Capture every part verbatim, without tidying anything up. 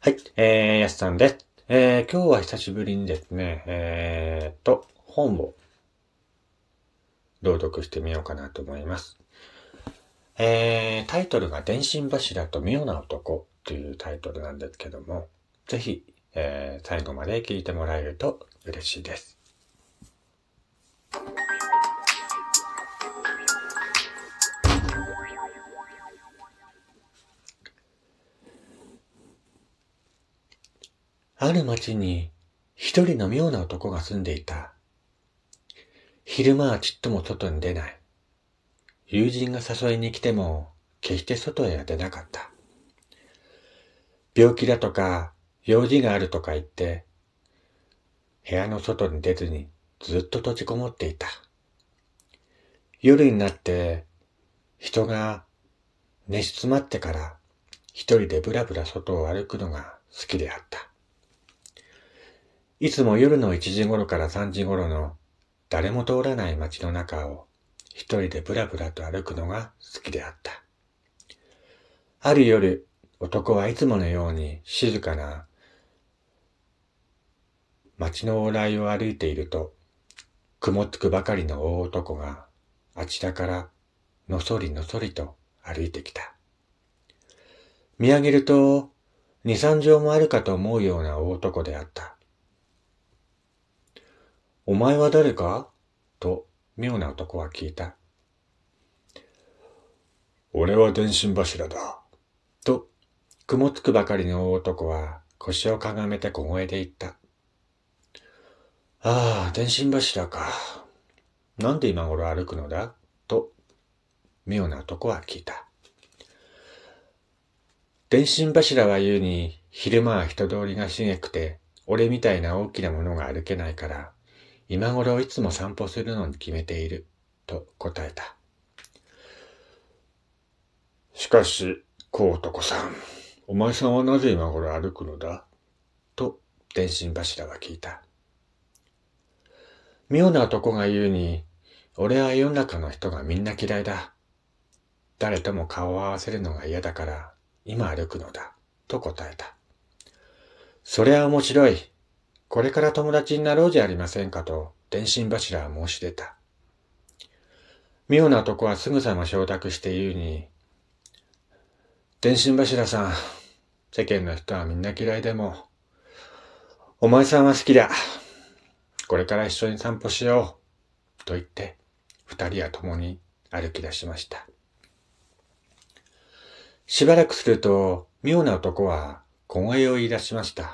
はい、えー、やすさんです。えー、今日は久しぶりにですね、えーと、本を朗読してみようかなと思います。えー、タイトルが電信柱と妙な男というタイトルなんですけども、ぜひ、えー、最後まで聞いてもらえると嬉しいです。ある町に一人の妙な男が住んでいた。昼間はちっとも外に出ない。友人が誘いに来ても決して外へは出なかった。病気だとか用事があるとか言って部屋の外に出ずにずっと閉じこもっていた。夜になって人が寝静まってから一人でぶらぶら外を歩くのが好きであった。いつも夜のいちじ頃からさんじ頃の誰も通らない街の中を一人でぶらぶらと歩くのが好きであった。ある夜、男はいつものように静かな街の往来を歩いていると、雲つくばかりの大男があちらからのそりのそりと歩いてきた。見上げると二三畳もあるかと思うような大男であった。お前は誰かと妙な男は聞いた。俺は電信柱だ。と雲つくばかりの大男は腰をかがめて小声で言った。ああ、電信柱か。なんで今頃歩くのだと妙な男は聞いた。電信柱は言うに、昼間は人通りがしげくて、俺みたいな大きなものが歩けないから、今頃いつも散歩するのに決めている、と答えた。しかし、小男さん、お前さんはなぜ今頃歩くのだと電信柱は聞いた。妙な男が言うに、俺は世の中の人がみんな嫌いだ。誰とも顔を合わせるのが嫌だから、今歩くのだ、と答えた。それは面白い。これから友達になろうじゃありませんかと、電信柱は申し出た。妙な男はすぐさま承諾して言うに、電信柱さん、世間の人はみんな嫌いでも、お前さんは好きだ。これから一緒に散歩しよう。と言って、二人は共に歩き出しました。しばらくすると、妙な男は小声を言い出しました。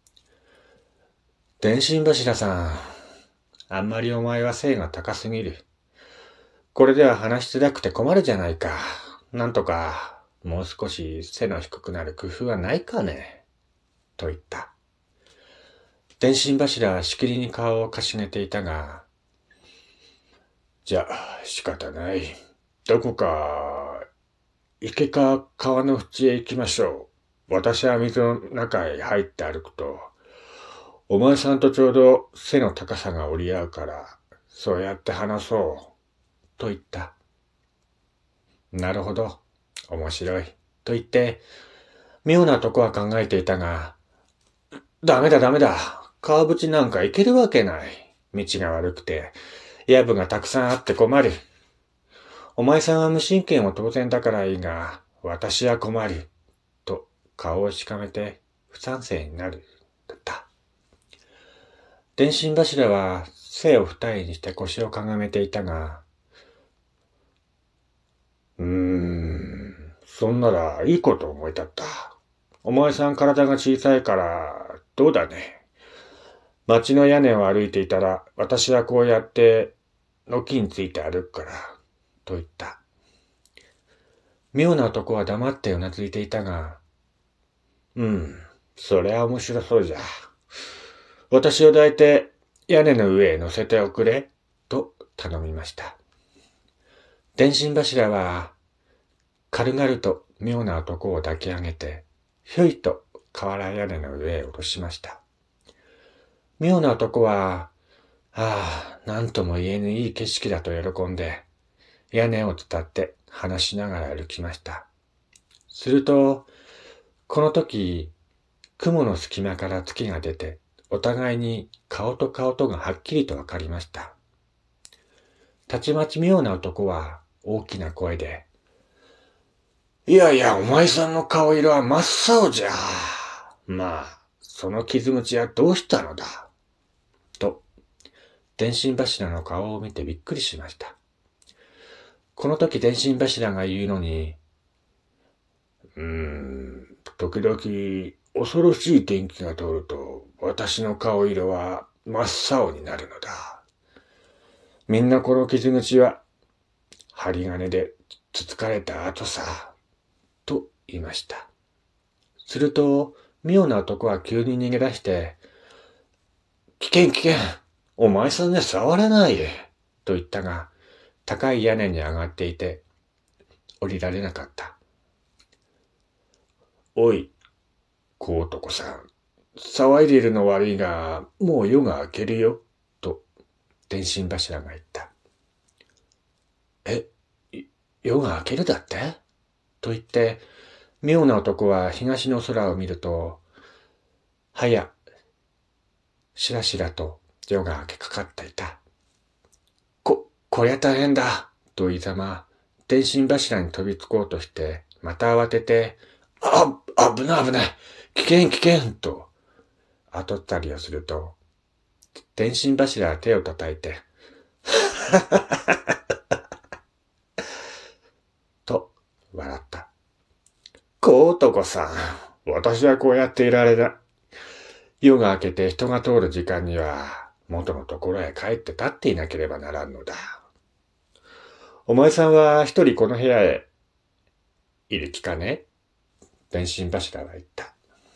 電信柱さん、あんまりお前は背が高すぎる。これでは話しづらくて困るじゃないか。なんとか、もう少し背の低くなる工夫はないかね。と言った。電信柱はしきりに顔をかしげていたが、じゃあ仕方ない。どこか池か川の縁へ行きましょう。私は水の中へ入って歩くと、お前さんとちょうど背の高さが折り合うから、そうやって話そう。と言った。なるほど。面白い。と言って、妙なとこは考えていたが、ダメだダメだ。川淵なんか行けるわけない。道が悪くて、藪がたくさんあって困る。お前さんは無神経も当然だからいいが、私は困る。と顔をしかめて不賛成になる。だった。電信柱は背を二重にして腰をかがめていたが、うーん、そんならいいこと思い立った。お前さん体が小さいから、どうだね。町の屋根を歩いていたら、私はこうやって、の木について歩くから、と言った。妙な男は黙ってうなずいていたが、うん、それは面白そうじゃ。私を抱いて屋根の上へ乗せておくれ、と頼みました。電信柱は、軽々と妙な男を抱き上げて、ひょいと瓦屋根の上へ下ろしました。妙な男は、ああ、なんとも言えぬいい景色だと喜んで、屋根を伝って話しながら歩きました。すると、この時、 雲の隙間から月が出て、お互いに顔と顔とがはっきりとわかりました。たちまち妙な男は大きな声で、いやいや、お前さんの顔色は真っ青じゃ。まあ、その傷口はどうしたのだ。と、電信柱の顔を見てびっくりしました。この時電信柱が言うのに、うーん、時々恐ろしい天気が通ると、私の顔色は真っ青になるのだ。みんなこの傷口は、針金でつつかれた後さ、と言いました。すると、妙な男は急に逃げ出して、危険危険、お前さんね触らない、と言ったが、高い屋根に上がっていて、降りられなかった。おい、小男さん、騒いでいるの悪いが、もう夜が明けるよ、と、電信柱が言った。え、夜が明けるだってと言って、妙な男は東の空を見ると、はや、しらしらと夜が明けかかっていた。こ、こりゃ大変だ、と言いざま、電信柱に飛びつこうとして、また慌てて、あ、危ない危ない、危険危険、と、後ったりをすると、電信柱は手を叩いて、と、笑った。小男さん、私はこうやっていられない。夜が明けて人が通る時間には、元のところへ帰って立っていなければならんのだ。お前さんは一人この部屋へいる気かね？電信柱は言った。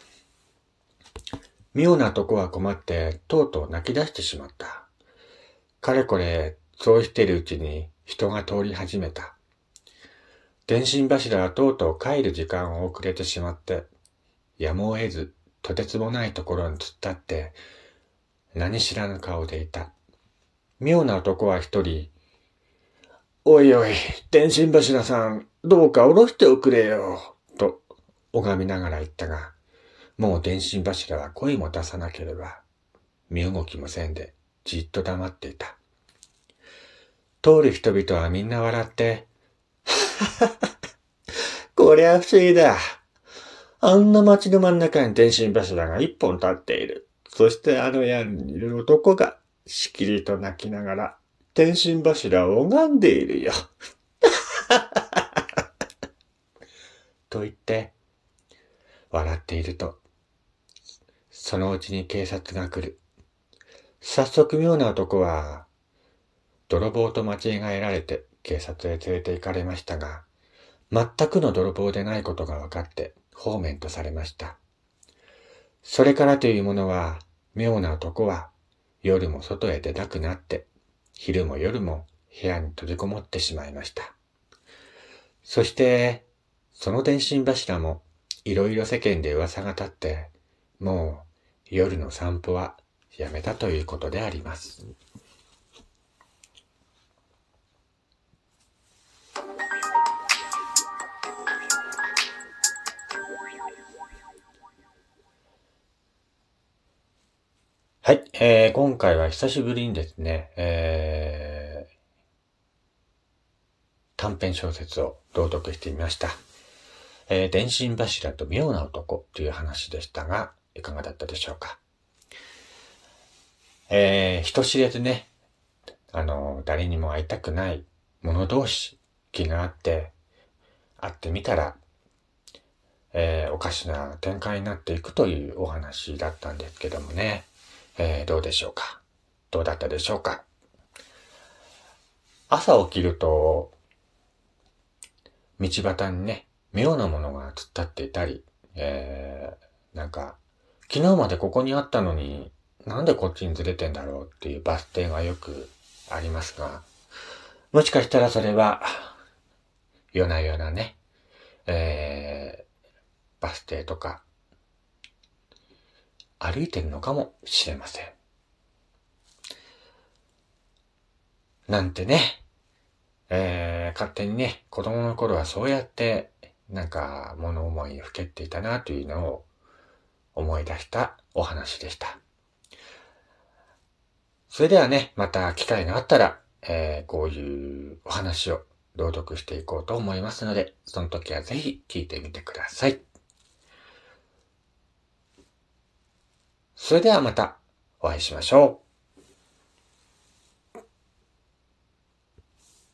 妙な男は困ってとうとう泣き出してしまった。かれこれそうしているうちに人が通り始めた。電信柱はとうとう帰る時間を遅れてしまって、やむを得ずとてつもないところに突っ立って何知らぬ顔でいた。妙な男は一人、おいおい、電信柱さん、どうか下ろしておくれよ、と拝みながら言ったが、もう電信柱は声も出さなければ、身動きもせんでじっと黙っていた。通る人々はみんな笑って、こりゃ不思議だ。あんな街の真ん中に電信柱が一本立っている。そしてあの屋根にいる男がしきりと泣きながら電信柱を拝んでいるよ。と言って笑っていると、そのうちに警察が来る。早速妙な男は泥棒と間違えられて警察へ連れて行かれましたが、全くの泥棒でないことが分かって放免とされました。それからというものは、妙な男は夜も外へ出たくなって、昼も夜も部屋に閉じこもってしまいました。そして、その電信柱もいろいろ世間で噂が立って、もう夜の散歩はやめたということであります。はい、えー、今回は久しぶりにですね、えー、短編小説を朗読してみました。えー、電信柱と妙な男という話でしたが、いかがだったでしょうか。えー、人知れずね、あの、誰にも会いたくない者同士、気があって、会ってみたら、えー、おかしな展開になっていくというお話だったんですけどもね。えー、どうでしょうか。どうだったでしょうか。朝起きると、道端にね、妙なものが突っ立っていたり、えー、なんか、昨日までここにあったのに、なんでこっちにずれてんだろうっていうバス停がよくありますが、もしかしたらそれは、夜な夜なね、えー、バス停とか、歩いてるのかもしれません。なんてね、えー、勝手にね、子供の頃はそうやって、なんか物思いにふけっていたなというのを思い出したお話でした。それではね、また機会があったら、えー、こういうお話を朗読していこうと思いますので、その時はぜひ聞いてみてください。それではまたお会いしましょう。